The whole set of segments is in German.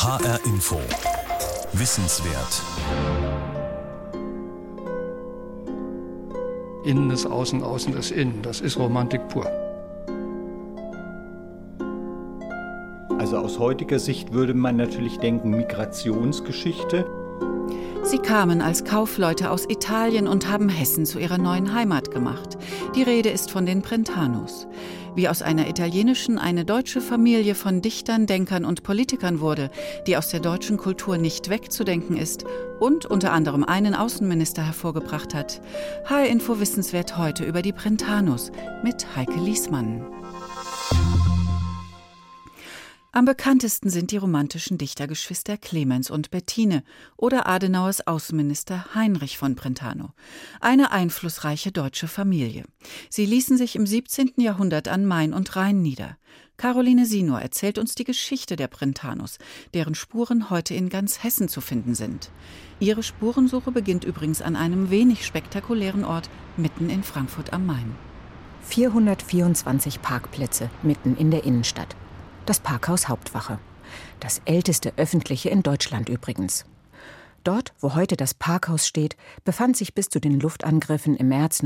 HR Info. Wissenswert. Innen ist Außen, Außen ist Innen. Das ist Romantik pur. Also aus heutiger Sicht würde man natürlich denken, Migrationsgeschichte. Sie kamen als Kaufleute aus Italien und haben Hessen zu ihrer neuen Heimat gemacht. Die Rede ist von den Brentanos. Wie aus einer italienischen eine deutsche Familie von Dichtern, Denkern und Politikern wurde, die aus der deutschen Kultur nicht wegzudenken ist und unter anderem einen Außenminister hervorgebracht hat. HR Info Wissenswert heute über die Brentanos mit Heike Liesmann. Am bekanntesten sind die romantischen Dichtergeschwister Clemens und Bettine oder Adenauers Außenminister Heinrich von Brentano. Eine einflussreiche deutsche Familie. Sie ließen sich im 17. Jahrhundert an Main und Rhein nieder. Caroline Sinor erzählt uns die Geschichte der Brentanos, deren Spuren heute in ganz Hessen zu finden sind. Ihre Spurensuche beginnt übrigens an einem wenig spektakulären Ort mitten in Frankfurt am Main. 424 Parkplätze mitten in der Innenstadt. Das Parkhaus Hauptwache. Das älteste öffentliche in Deutschland übrigens. Dort, wo heute das Parkhaus steht, befand sich bis zu den Luftangriffen im März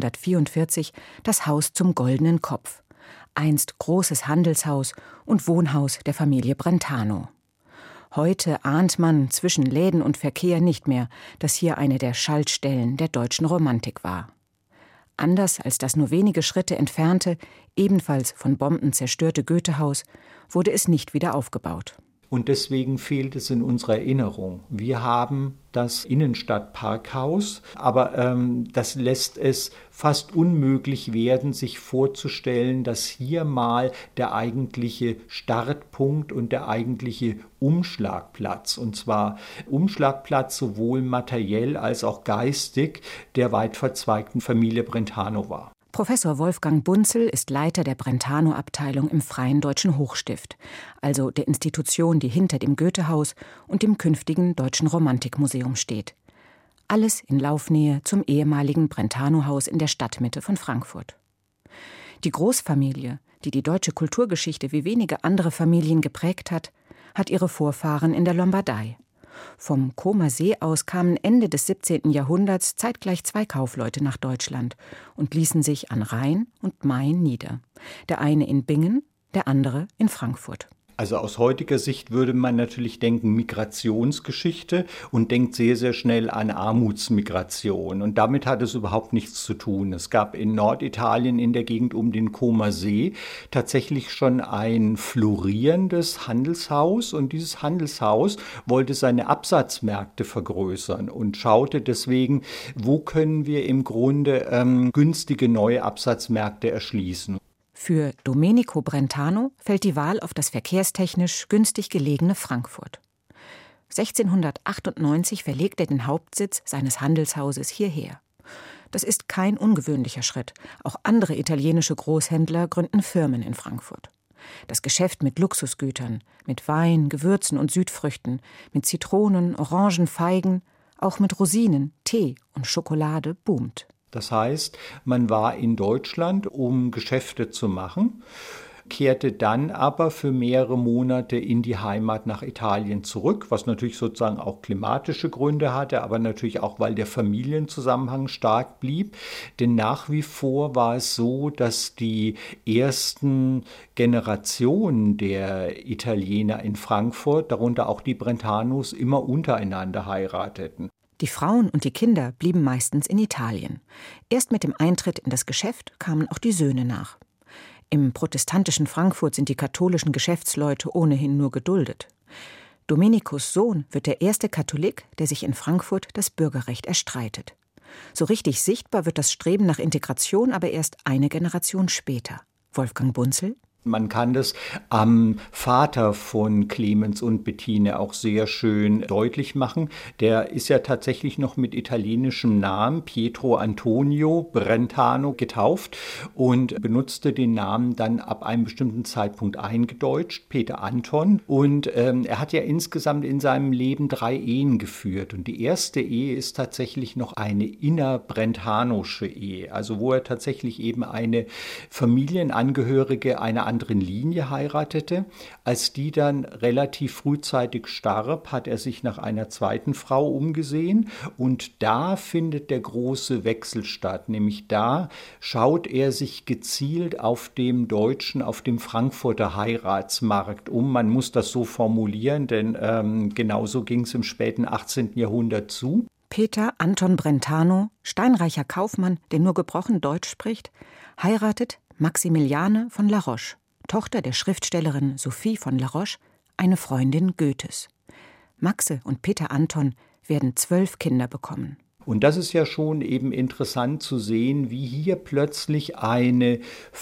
1944 das Haus zum Goldenen Kopf. Einst großes Handelshaus und Wohnhaus der Familie Brentano. Heute ahnt man zwischen Läden und Verkehr nicht mehr, dass hier eine der Schaltstellen der deutschen Romantik war. Anders als das nur wenige Schritte entfernte, ebenfalls von Bomben zerstörte Goethehaus, wurde es nicht wieder aufgebaut. Und deswegen fehlt es in unserer Erinnerung. Wir haben das Innenstadtparkhaus, aber das lässt es fast unmöglich werden, sich vorzustellen, dass hier mal der eigentliche Startpunkt und der eigentliche Umschlagplatz, und zwar Umschlagplatz sowohl materiell als auch geistig, der weit verzweigten Familie Brentano war. Professor Wolfgang Bunzel ist Leiter der Brentano-Abteilung im Freien Deutschen Hochstift, also der Institution, die hinter dem Goethehaus und dem künftigen Deutschen Romantikmuseum steht. Alles in Laufnähe zum ehemaligen Brentano-Haus in der Stadtmitte von Frankfurt. Die Großfamilie, die die deutsche Kulturgeschichte wie wenige andere Familien geprägt hat ihre Vorfahren in der Lombardei. Vom Comer See aus kamen Ende des 17. Jahrhunderts zeitgleich 2 Kaufleute nach Deutschland und ließen sich an Rhein und Main nieder. Der eine in Bingen, der andere in Frankfurt. Also aus heutiger Sicht würde man natürlich denken Migrationsgeschichte und denkt sehr, sehr schnell an Armutsmigration. Und damit hat es überhaupt nichts zu tun. Es gab in Norditalien in der Gegend um den Comer See tatsächlich schon ein florierendes Handelshaus. Und dieses Handelshaus wollte seine Absatzmärkte vergrößern und schaute deswegen, wo können wir im Grunde günstige neue Absatzmärkte erschließen. Für Domenico Brentano fällt die Wahl auf das verkehrstechnisch günstig gelegene Frankfurt. 1698 verlegt er den Hauptsitz seines Handelshauses hierher. Das ist kein ungewöhnlicher Schritt. Auch andere italienische Großhändler gründen Firmen in Frankfurt. Das Geschäft mit Luxusgütern, mit Wein, Gewürzen und Südfrüchten, mit Zitronen, Orangen, Feigen, auch mit Rosinen, Tee und Schokolade boomt. Das heißt, man war in Deutschland, um Geschäfte zu machen, kehrte dann aber für mehrere Monate in die Heimat nach Italien zurück, was natürlich sozusagen auch klimatische Gründe hatte, aber natürlich auch, weil der Familienzusammenhang stark blieb. Denn nach wie vor war es so, dass die ersten Generationen der Italiener in Frankfurt, darunter auch die Brentanos, immer untereinander heirateten. Die Frauen und die Kinder blieben meistens in Italien. Erst mit dem Eintritt in das Geschäft kamen auch die Söhne nach. Im protestantischen Frankfurt sind die katholischen Geschäftsleute ohnehin nur geduldet. Domenicos Sohn wird der erste Katholik, der sich in Frankfurt das Bürgerrecht erstreitet. So richtig sichtbar wird das Streben nach Integration aber erst eine Generation später. Wolfgang Bunzel? Man kann das am Vater von Clemens und Bettine auch sehr schön deutlich machen. Der ist ja tatsächlich noch mit italienischem Namen Pietro Antonio Brentano getauft und benutzte den Namen dann ab einem bestimmten Zeitpunkt eingedeutscht, Peter Anton. Und er hat ja insgesamt in seinem Leben 3 Ehen geführt. Und die erste Ehe ist tatsächlich noch eine innerbrentanosche Ehe, also wo er tatsächlich eben eine Familienangehörige einer anderen Linie heiratete. Als die dann relativ frühzeitig starb, hat er sich nach einer zweiten Frau umgesehen und da findet der große Wechsel statt, nämlich da schaut er sich gezielt auf dem auf dem Frankfurter Heiratsmarkt um. Man muss das so formulieren, denn genauso ging es im späten 18. Jahrhundert zu. Peter Anton Brentano, steinreicher Kaufmann, der nur gebrochen Deutsch spricht, heiratet Maximiliane von La Roche, Tochter der Schriftstellerin Sophie von La Roche, eine Freundin Goethes. Maxe und Peter Anton werden 12 Kinder bekommen. Und das ist ja schon eben interessant zu sehen, wie hier plötzlich eine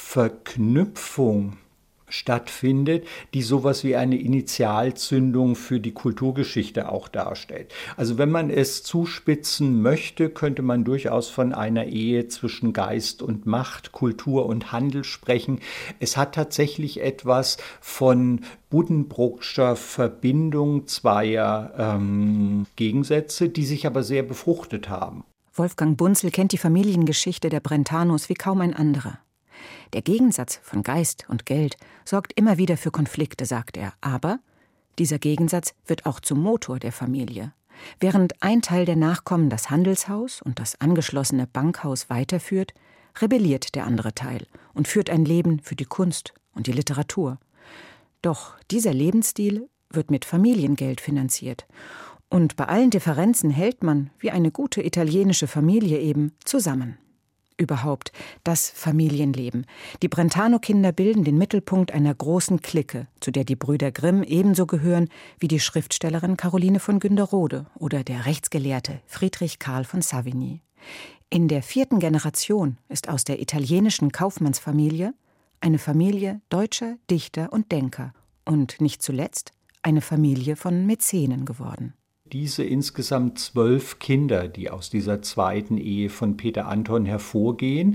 Verknüpfung stattfindet, die sowas wie eine Initialzündung für die Kulturgeschichte auch darstellt. Also wenn man es zuspitzen möchte, könnte man durchaus von einer Ehe zwischen Geist und Macht, Kultur und Handel sprechen. Es hat tatsächlich etwas von Buddenbrookscher Verbindung zweier Gegensätze, die sich aber sehr befruchtet haben. Wolfgang Bunzel kennt die Familiengeschichte der Brentanos wie kaum ein anderer. Der Gegensatz von Geist und Geld sorgt immer wieder für Konflikte, sagt er. Aber dieser Gegensatz wird auch zum Motor der Familie. Während ein Teil der Nachkommen das Handelshaus und das angeschlossene Bankhaus weiterführt, rebelliert der andere Teil und führt ein Leben für die Kunst und die Literatur. Doch dieser Lebensstil wird mit Familiengeld finanziert. Und bei allen Differenzen hält man, wie eine gute italienische Familie eben, zusammen. Überhaupt das Familienleben. Die Brentano-Kinder bilden den Mittelpunkt einer großen Clique, zu der die Brüder Grimm ebenso gehören wie die Schriftstellerin Caroline von Günderrode oder der Rechtsgelehrte Friedrich Karl von Savigny. In der 4. Generation ist aus der italienischen Kaufmannsfamilie eine Familie deutscher Dichter und Denker und nicht zuletzt eine Familie von Mäzenen geworden. Diese insgesamt 12 Kinder, die aus dieser zweiten Ehe von Peter Anton hervorgehen,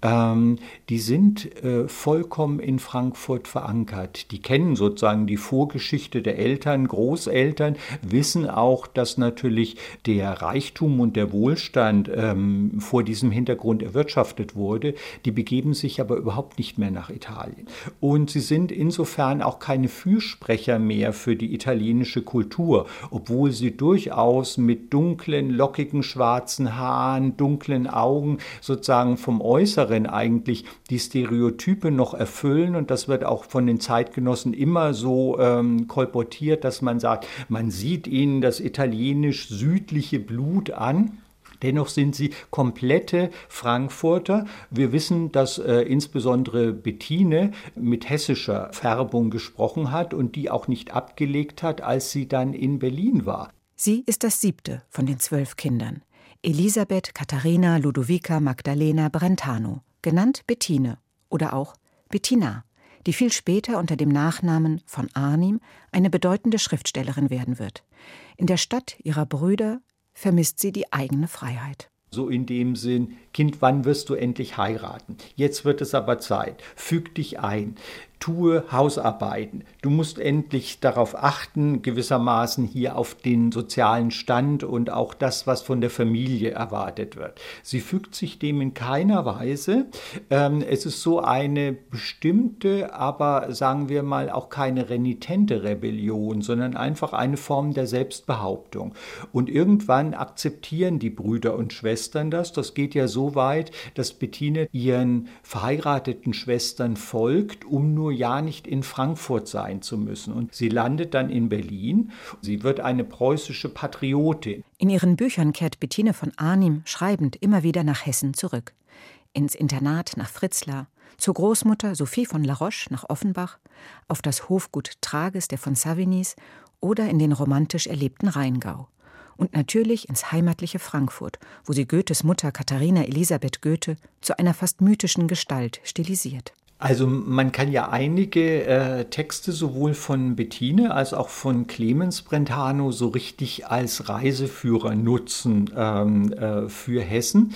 die sind vollkommen in Frankfurt verankert. Die kennen sozusagen die Vorgeschichte der Eltern, Großeltern, wissen auch, dass natürlich der Reichtum und der Wohlstand vor diesem Hintergrund erwirtschaftet wurde. Die begeben sich aber überhaupt nicht mehr nach Italien. Und sie sind insofern auch keine Fürsprecher mehr für die italienische Kultur, obwohl sie durchaus mit dunklen, lockigen, schwarzen Haaren, dunklen Augen sozusagen vom Äußeren eigentlich die Stereotype noch erfüllen. Und das wird auch von den Zeitgenossen immer so kolportiert, dass man sagt, man sieht ihnen das italienisch-südliche Blut an. Dennoch sind sie komplette Frankfurter. Wir wissen, dass insbesondere Bettine mit hessischer Färbung gesprochen hat und die auch nicht abgelegt hat, als sie dann in Berlin war. Sie ist das 7. von den 12 Kindern. Elisabeth Katharina Ludovica Magdalena Brentano, genannt Bettine oder auch Bettina, die viel später unter dem Nachnamen von Arnim eine bedeutende Schriftstellerin werden wird. In der Stadt ihrer Brüder vermisst sie die eigene Freiheit. So in dem Sinn, Kind, wann wirst du endlich heiraten? Jetzt wird es aber Zeit. Füg dich ein. Tue Hausarbeiten. Du musst endlich darauf achten, gewissermaßen hier auf den sozialen Stand und auch das, was von der Familie erwartet wird. Sie fügt sich dem in keiner Weise. Es ist so eine bestimmte, aber sagen wir mal auch keine renitente Rebellion, sondern einfach eine Form der Selbstbehauptung. Und irgendwann akzeptieren die Brüder und Schwestern das. Das geht ja so weit, dass Bettine ihren verheirateten Schwestern folgt, um nur ja nicht in Frankfurt sein zu müssen. Und sie landet dann in Berlin. Sie wird eine preußische Patriotin. In ihren Büchern kehrt Bettine von Arnim schreibend immer wieder nach Hessen zurück. Ins Internat nach Fritzlar, zur Großmutter Sophie von La Roche nach Offenbach, auf das Hofgut Trages der von Savignys oder in den romantisch erlebten Rheingau. Und natürlich ins heimatliche Frankfurt, wo sie Goethes Mutter Katharina Elisabeth Goethe zu einer fast mythischen Gestalt stilisiert. Also man kann ja einige Texte sowohl von Bettine als auch von Clemens Brentano so richtig als Reiseführer nutzen für Hessen.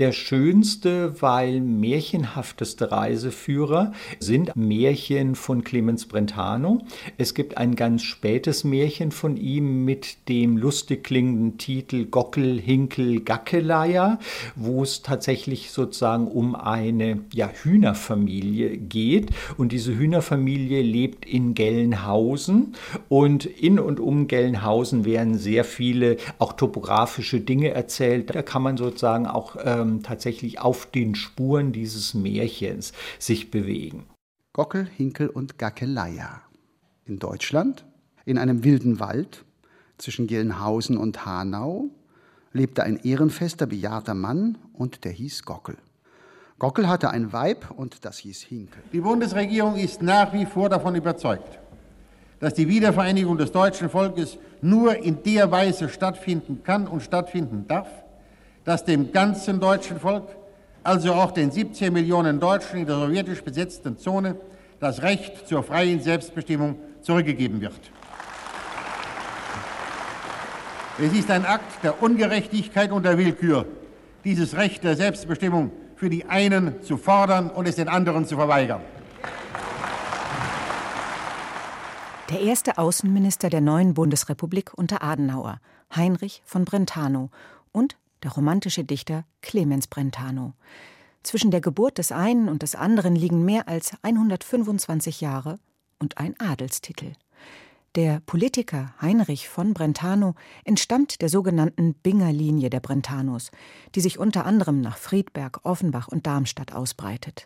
Der schönste, weil märchenhafteste Reiseführer sind Märchen von Clemens Brentano. Es gibt ein ganz spätes Märchen von ihm mit dem lustig klingenden Titel Gockel, Hinkel, Gackeleier, wo es tatsächlich sozusagen um eine Hühnerfamilie geht. Und diese Hühnerfamilie lebt in Gelnhausen. Und in und um Gelnhausen werden sehr viele auch topografische Dinge erzählt. Da kann man sozusagen auch tatsächlich auf den Spuren dieses Märchens sich bewegen. Gockel, Hinkel und Gackeleier. In Deutschland, in einem wilden Wald zwischen Gelnhausen und Hanau, lebte ein ehrenfester, bejahrter Mann und der hieß Gockel. Gockel hatte ein Weib und das hieß Hinkel. Die Bundesregierung ist nach wie vor davon überzeugt, dass die Wiedervereinigung des deutschen Volkes nur in der Weise stattfinden kann und stattfinden darf, dass dem ganzen deutschen Volk, also auch den 17 Millionen Deutschen in der sowjetisch besetzten Zone, das Recht zur freien Selbstbestimmung zurückgegeben wird. Es ist ein Akt der Ungerechtigkeit und der Willkür, dieses Recht der Selbstbestimmung für die einen zu fordern und es den anderen zu verweigern. Der erste Außenminister der neuen Bundesrepublik unter Adenauer, Heinrich von Brentano, und der romantische Dichter Clemens Brentano. Zwischen der Geburt des einen und des anderen liegen mehr als 125 Jahre und ein Adelstitel. Der Politiker Heinrich von Brentano entstammt der sogenannten Binger-Linie der Brentanos, die sich unter anderem nach Friedberg, Offenbach und Darmstadt ausbreitet.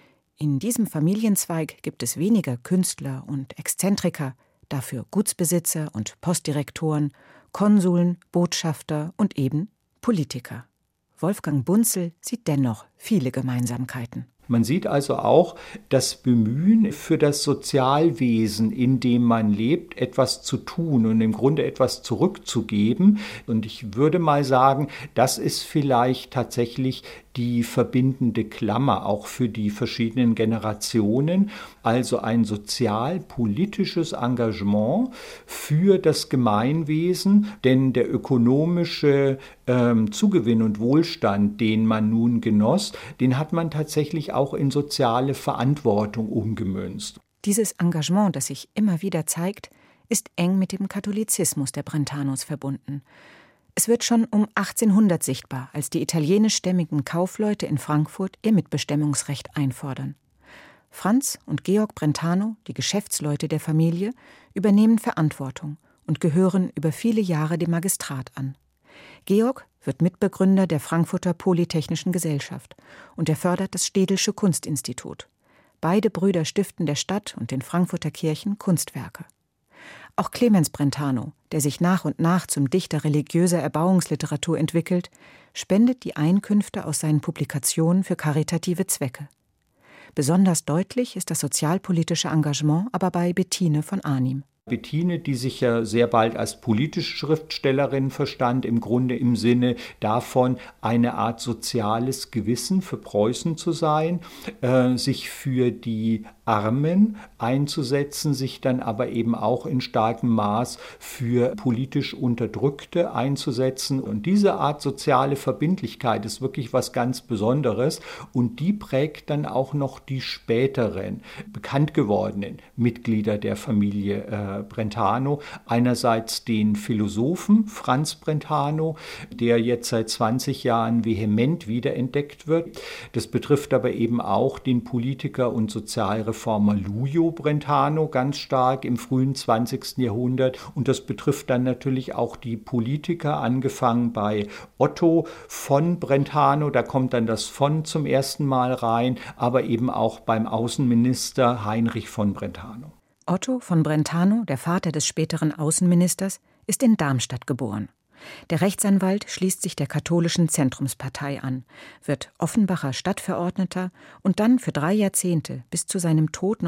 In diesem Familienzweig gibt es weniger Künstler und Exzentriker, dafür Gutsbesitzer und Postdirektoren, Konsuln, Botschafter und eben Politiker. Wolfgang Bunzel sieht dennoch viele Gemeinsamkeiten. Man sieht also auch das Bemühen für das Sozialwesen, in dem man lebt, etwas zu tun und im Grunde etwas zurückzugeben. Und ich würde mal sagen, das ist vielleicht tatsächlich die verbindende Klammer auch für die verschiedenen Generationen, also ein sozialpolitisches Engagement für das Gemeinwesen, denn der ökonomische Zugewinn und Wohlstand, den man nun genoss, den hat man tatsächlich auch in soziale Verantwortung umgemünzt. Dieses Engagement, das sich immer wieder zeigt, ist eng mit dem Katholizismus der Brentanos verbunden. Es wird schon um 1800 sichtbar, als die italienischstämmigen Kaufleute in Frankfurt ihr Mitbestimmungsrecht einfordern. Franz und Georg Brentano, die Geschäftsleute der Familie, übernehmen Verantwortung und gehören über viele Jahre dem Magistrat an. Georg wird Mitbegründer der Frankfurter Polytechnischen Gesellschaft und er fördert das Städelsche Kunstinstitut. Beide Brüder stiften der Stadt und den Frankfurter Kirchen Kunstwerke. Auch Clemens Brentano, der sich nach und nach zum Dichter religiöser Erbauungsliteratur entwickelt, spendet die Einkünfte aus seinen Publikationen für karitative Zwecke. Besonders deutlich ist das sozialpolitische Engagement aber bei Bettine von Arnim. Bettine, die sich ja sehr bald als politische Schriftstellerin verstand, im Grunde im Sinne davon, eine Art soziales Gewissen für Preußen zu sein, sich für die Armen einzusetzen, sich dann aber eben auch in starkem Maß für politisch Unterdrückte einzusetzen. Und diese Art soziale Verbindlichkeit ist wirklich was ganz Besonderes und die prägt dann auch noch die späteren bekannt gewordenen Mitglieder der Familie Brentano. Einerseits den Philosophen Franz Brentano, der jetzt seit 20 Jahren vehement wiederentdeckt wird. Das betrifft aber eben auch den Politiker und Sozialreformer Lujo Brentano ganz stark im frühen 20. Jahrhundert. Und das betrifft dann natürlich auch die Politiker, angefangen bei Otto von Brentano, da kommt dann das von zum ersten Mal rein, aber eben auch beim Außenminister Heinrich von Brentano. Otto von Brentano, der Vater des späteren Außenministers, ist in Darmstadt geboren. Der Rechtsanwalt schließt sich der katholischen Zentrumspartei an, wird Offenbacher Stadtverordneter und dann für 3 Jahrzehnte bis zu seinem Tod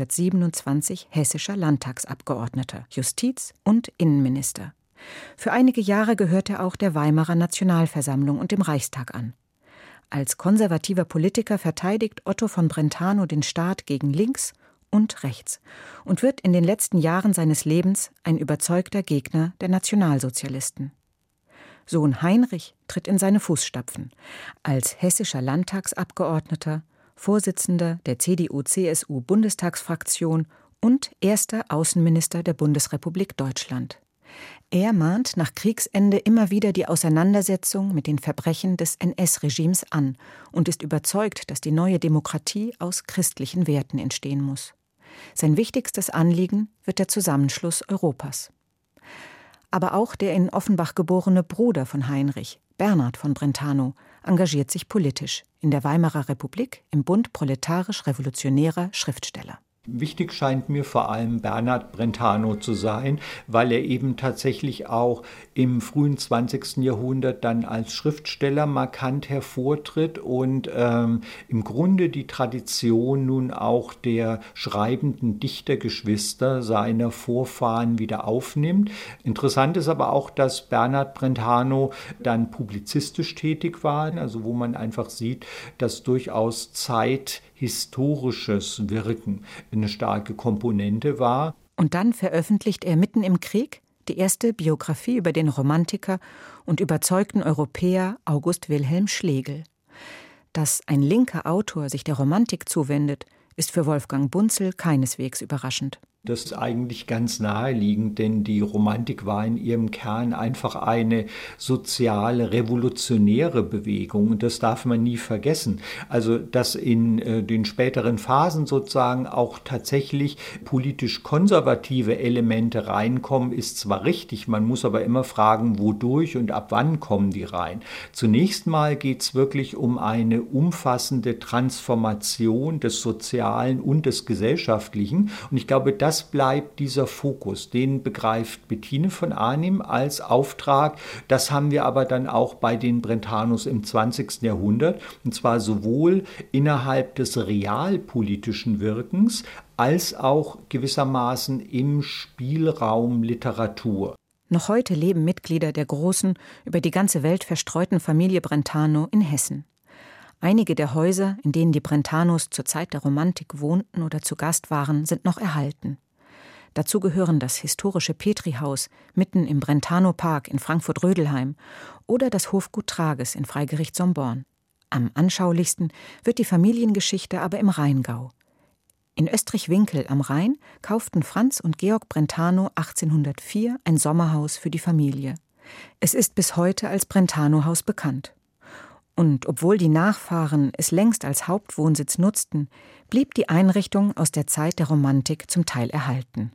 1927 hessischer Landtagsabgeordneter, Justiz- und Innenminister. Für einige Jahre gehört er auch der Weimarer Nationalversammlung und dem Reichstag an. Als konservativer Politiker verteidigt Otto von Brentano den Staat gegen links und rechts und wird in den letzten Jahren seines Lebens ein überzeugter Gegner der Nationalsozialisten. Sohn Heinrich tritt in seine Fußstapfen als hessischer Landtagsabgeordneter, Vorsitzender der CDU-CSU-Bundestagsfraktion und erster Außenminister der Bundesrepublik Deutschland. Er mahnt nach Kriegsende immer wieder die Auseinandersetzung mit den Verbrechen des NS-Regimes an und ist überzeugt, dass die neue Demokratie aus christlichen Werten entstehen muss. Sein wichtigstes Anliegen wird der Zusammenschluss Europas. Aber auch der in Offenbach geborene Bruder von Heinrich, Bernhard von Brentano, engagiert sich politisch in der Weimarer Republik im Bund proletarisch-revolutionärer Schriftsteller. Wichtig scheint mir vor allem Bernhard Brentano zu sein, weil er eben tatsächlich auch im frühen 20. Jahrhundert dann als Schriftsteller markant hervortritt und im Grunde die Tradition nun auch der schreibenden Dichtergeschwister seiner Vorfahren wieder aufnimmt. Interessant ist aber auch, dass Bernhard Brentano dann publizistisch tätig war, also wo man einfach sieht, dass durchaus zeithistorisches Wirken eine starke Komponente war. Und dann veröffentlicht er mitten im Krieg die erste Biografie über den Romantiker und überzeugten Europäer August Wilhelm Schlegel. Dass ein linker Autor sich der Romantik zuwendet, ist für Wolfgang Bunzel keineswegs überraschend. Das ist eigentlich ganz naheliegend, denn die Romantik war in ihrem Kern einfach eine soziale, revolutionäre Bewegung und das darf man nie vergessen. Also, dass in den späteren Phasen sozusagen auch tatsächlich politisch konservative Elemente reinkommen, ist zwar richtig, man muss aber immer fragen, wodurch und ab wann kommen die rein. Zunächst mal geht es wirklich um eine umfassende Transformation des Sozialen und des Gesellschaftlichen und ich glaube, das bleibt dieser Fokus, den begreift Bettine von Arnim als Auftrag. Das haben wir aber dann auch bei den Brentanos im 20. Jahrhundert, und zwar sowohl innerhalb des realpolitischen Wirkens als auch gewissermaßen im Spielraum Literatur. Noch heute leben Mitglieder der großen, über die ganze Welt verstreuten Familie Brentano in Hessen. Einige der Häuser, in denen die Brentanos zur Zeit der Romantik wohnten oder zu Gast waren, sind noch erhalten. Dazu gehören das historische Petri-Haus mitten im Brentano-Park in Frankfurt-Rödelheim oder das Hofgut Trages in Freigericht-Somborn. Am anschaulichsten wird die Familiengeschichte aber im Rheingau. In Österreich-Winkel am Rhein kauften Franz und Georg Brentano 1804 ein Sommerhaus für die Familie. Es ist bis heute als Brentano-Haus bekannt. Und obwohl die Nachfahren es längst als Hauptwohnsitz nutzten, blieb die Einrichtung aus der Zeit der Romantik zum Teil erhalten.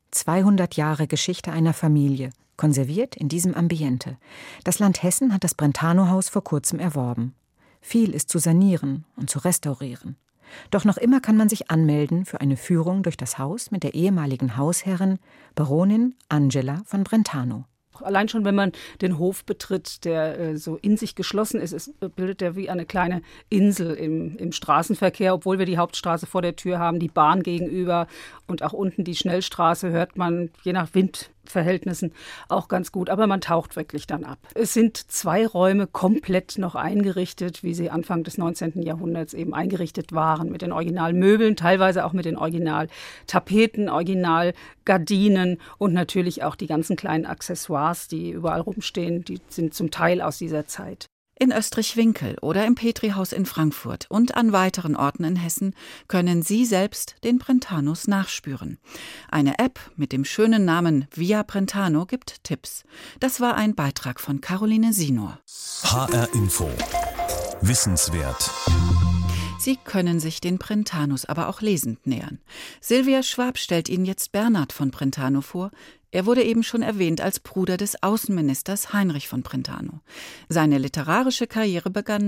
200 Jahre Geschichte einer Familie, konserviert in diesem Ambiente. Das Land Hessen hat das Brentano-Haus vor kurzem erworben. Viel ist zu sanieren und zu restaurieren. Doch noch immer kann man sich anmelden für eine Führung durch das Haus mit der ehemaligen Hausherrin, Baronin Angela von Brentano. Allein schon, wenn man den Hof betritt, der so in sich geschlossen ist, bildet er wie eine kleine Insel im Straßenverkehr, obwohl wir die Hauptstraße vor der Tür haben, die Bahn gegenüber und auch unten die Schnellstraße hört man je nach Windverhältnissen auch ganz gut, aber man taucht wirklich dann ab. Es sind 2 Räume komplett noch eingerichtet, wie sie Anfang des 19. Jahrhunderts eben eingerichtet waren, mit den Originalmöbeln, teilweise auch mit den Originaltapeten, Originalgardinen und natürlich auch die ganzen kleinen Accessoires, die überall rumstehen, die sind zum Teil aus dieser Zeit. In Österreich-Winkel oder im Petri-Haus in Frankfurt und an weiteren Orten in Hessen können Sie selbst den Brentanos nachspüren. Eine App mit dem schönen Namen Via Brentano gibt Tipps. Das war ein Beitrag von Caroline Sinor. HR Info. Wissenswert. Sie können sich den Brentanos aber auch lesend nähern. Silvia Schwab stellt Ihnen jetzt Bernhard von Brentano vor. Er wurde eben schon erwähnt als Bruder des Außenministers Heinrich von Brentano. Seine literarische Karriere begann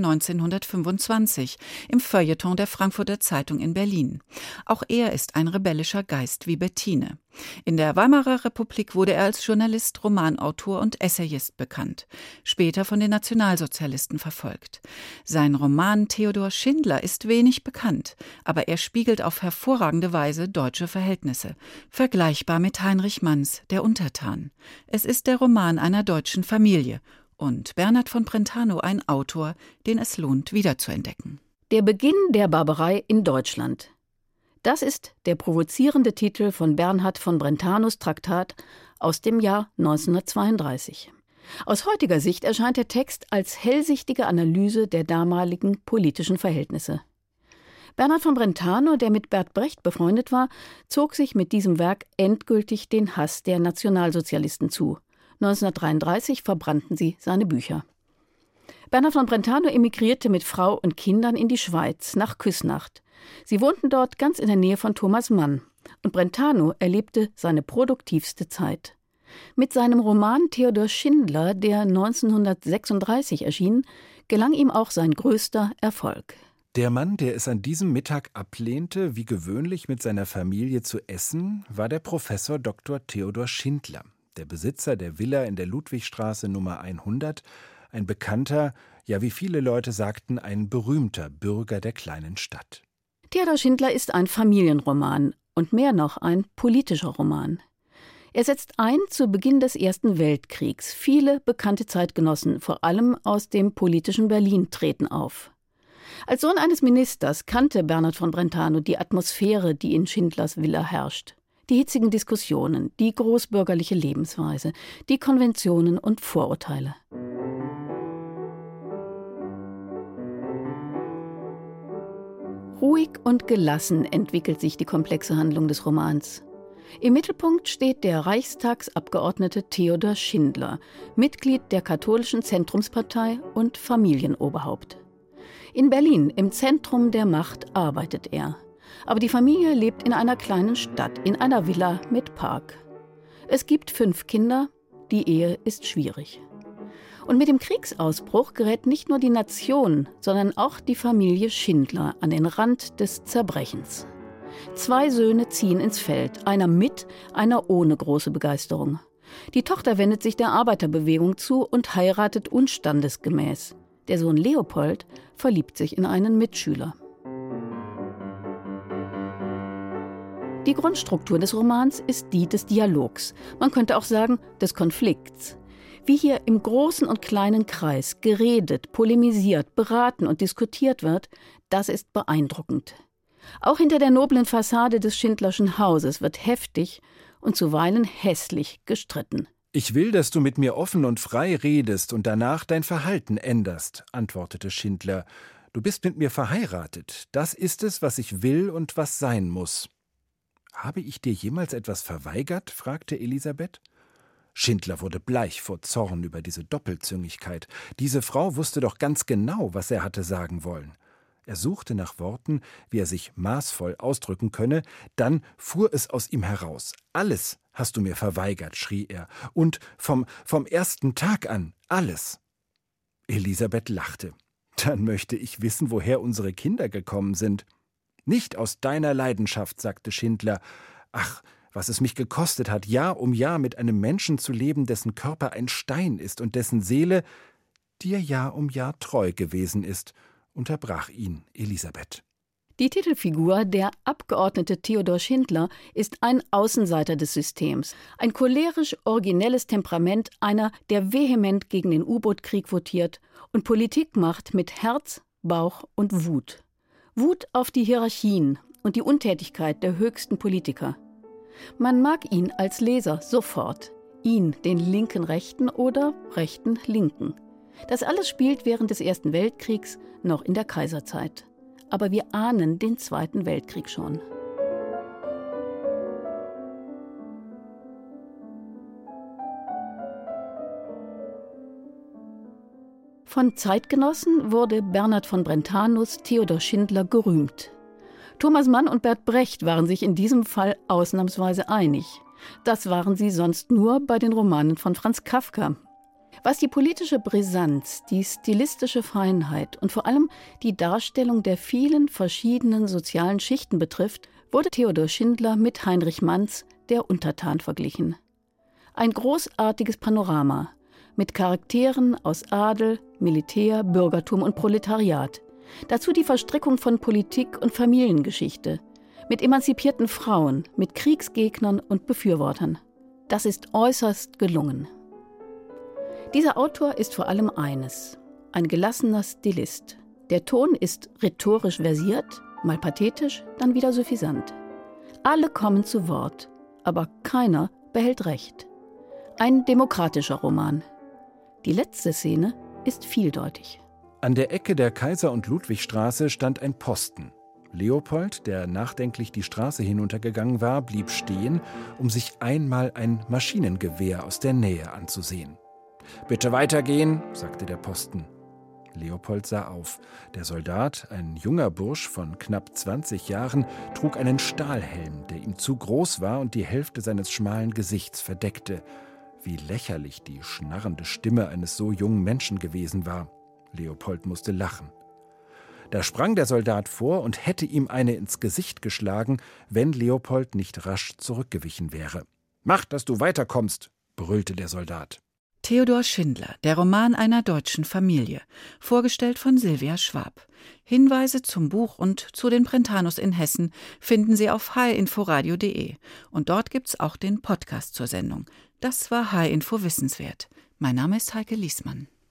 1925 im Feuilleton der Frankfurter Zeitung in Berlin. Auch er ist ein rebellischer Geist wie Bettine. In der Weimarer Republik wurde er als Journalist, Romanautor und Essayist bekannt, später von den Nationalsozialisten verfolgt. Sein Roman Theodor Schindler ist wenig bekannt, aber er spiegelt auf hervorragende Weise deutsche Verhältnisse, vergleichbar mit Heinrich Manns Der Untertan. Es ist der Roman einer deutschen Familie und Bernhard von Brentano ein Autor, den es lohnt wiederzuentdecken. Der Beginn der Barbarei in Deutschland. Das ist der provozierende Titel von Bernhard von Brentanos Traktat aus dem Jahr 1932. Aus heutiger Sicht erscheint der Text als hellsichtige Analyse der damaligen politischen Verhältnisse. Bernhard von Brentano, der mit Bert Brecht befreundet war, zog sich mit diesem Werk endgültig den Hass der Nationalsozialisten zu. 1933 verbrannten sie seine Bücher. Bernhard von Brentano emigrierte mit Frau und Kindern in die Schweiz, nach Küsnacht. Sie wohnten dort ganz in der Nähe von Thomas Mann. Und Brentano erlebte seine produktivste Zeit. Mit seinem Roman Theodor Schindler, der 1936 erschien, gelang ihm auch sein größter Erfolg. Der Mann, der es an diesem Mittag ablehnte, wie gewöhnlich mit seiner Familie zu essen, war der Professor Dr. Theodor Schindler, der Besitzer der Villa in der Ludwigstraße Nummer 100, ein bekannter, ja wie viele Leute sagten, ein berühmter Bürger der kleinen Stadt. Theodor Schindler ist ein Familienroman und mehr noch ein politischer Roman. Er setzt ein zu Beginn des Ersten Weltkriegs. Viele bekannte Zeitgenossen, vor allem aus dem politischen Berlin, treten auf. Als Sohn eines Ministers kannte Bernhard von Brentano die Atmosphäre, die in Schindlers Villa herrscht. Die hitzigen Diskussionen, die großbürgerliche Lebensweise, die Konventionen und Vorurteile. Ruhig und gelassen entwickelt sich die komplexe Handlung des Romans. Im Mittelpunkt steht der Reichstagsabgeordnete Theodor Schindler, Mitglied der katholischen Zentrumspartei und Familienoberhaupt. In Berlin, im Zentrum der Macht, arbeitet er. Aber die Familie lebt in einer kleinen Stadt, in einer Villa mit Park. Es gibt 5 Kinder, die Ehe ist schwierig. Und mit dem Kriegsausbruch gerät nicht nur die Nation, sondern auch die Familie Schindler an den Rand des Zerbrechens. 2 Söhne ziehen ins Feld, einer mit, einer ohne große Begeisterung. Die Tochter wendet sich der Arbeiterbewegung zu und heiratet unstandesgemäß. Der Sohn Leopold verliebt sich in einen Mitschüler. Die Grundstruktur des Romans ist die des Dialogs, man könnte auch sagen des Konflikts. Wie hier im großen und kleinen Kreis geredet, polemisiert, beraten und diskutiert wird, das ist beeindruckend. Auch hinter der noblen Fassade des Schindlerschen Hauses wird heftig und zuweilen hässlich gestritten. »Ich will, dass du mit mir offen und frei redest und danach dein Verhalten änderst«, antwortete Schindler. »Du bist mit mir verheiratet. Das ist es, was ich will und was sein muss.« »Habe ich dir jemals etwas verweigert?« fragte Elisabeth. Schindler wurde bleich vor Zorn über diese Doppelzüngigkeit. Diese Frau wusste doch ganz genau, was er hatte sagen wollen. Er suchte nach Worten, wie er sich maßvoll ausdrücken könne, dann fuhr es aus ihm heraus. »Alles hast du mir verweigert«, schrie er, »und vom ersten Tag an, alles.« Elisabeth lachte. »Dann möchte ich wissen, woher unsere Kinder gekommen sind.« »Nicht aus deiner Leidenschaft«, sagte Schindler. »Ach, was es mich gekostet hat, Jahr um Jahr mit einem Menschen zu leben, dessen Körper ein Stein ist und dessen Seele dir Jahr um Jahr treu gewesen ist«, unterbrach ihn Elisabeth. Die Titelfigur, der Abgeordnete Theodor Schindler, ist ein Außenseiter des Systems. Ein cholerisch originelles Temperament, einer, der vehement gegen den U-Boot-Krieg votiert und Politik macht mit Herz, Bauch und Wut. Wut auf die Hierarchien und die Untätigkeit der höchsten Politiker. Man mag ihn als Leser sofort, ihn, den linken Rechten oder rechten Linken. Das alles spielt während des Ersten Weltkriegs, noch in der Kaiserzeit. Aber wir ahnen den Zweiten Weltkrieg schon. Von Zeitgenossen wurde Bernhard von Brentanos Theodor Schindler gerühmt. Thomas Mann und Bert Brecht waren sich in diesem Fall ausnahmsweise einig. Das waren sie sonst nur bei den Romanen von Franz Kafka. Was die politische Brisanz, die stilistische Feinheit und vor allem die Darstellung der vielen verschiedenen sozialen Schichten betrifft, wurde Theodor Schindler mit Heinrich Manns Der Untertan verglichen. Ein großartiges Panorama mit Charakteren aus Adel, Militär, Bürgertum und Proletariat. Dazu die Verstrickung von Politik und Familiengeschichte, mit emanzipierten Frauen, mit Kriegsgegnern und Befürwortern. Das ist äußerst gelungen. Dieser Autor ist vor allem eines: ein gelassener Stilist. Der Ton ist rhetorisch versiert, mal pathetisch, dann wieder suffisant. Alle kommen zu Wort, aber keiner behält Recht. Ein demokratischer Roman. Die letzte Szene ist vieldeutig. An der Ecke der Kaiser- und Ludwigstraße stand ein Posten. Leopold, der nachdenklich die Straße hinuntergegangen war, blieb stehen, um sich einmal ein Maschinengewehr aus der Nähe anzusehen. »Bitte weitergehen«, sagte der Posten. Leopold sah auf. Der Soldat, ein junger Bursch von knapp 20 Jahren, trug einen Stahlhelm, der ihm zu groß war und die Hälfte seines schmalen Gesichts verdeckte. Wie lächerlich die schnarrende Stimme eines so jungen Menschen gewesen war. Leopold musste lachen. Da sprang der Soldat vor und hätte ihm eine ins Gesicht geschlagen, wenn Leopold nicht rasch zurückgewichen wäre. »Mach, dass du weiterkommst«, brüllte der Soldat. Theodor Schindler, der Roman einer deutschen Familie, vorgestellt von Silvia Schwab. Hinweise zum Buch und zu den Brentanos in Hessen finden Sie auf hinforadio.de. Und dort gibt's auch den Podcast zur Sendung. Das war H-Info Wissenswert. Mein Name ist Heike Liesmann.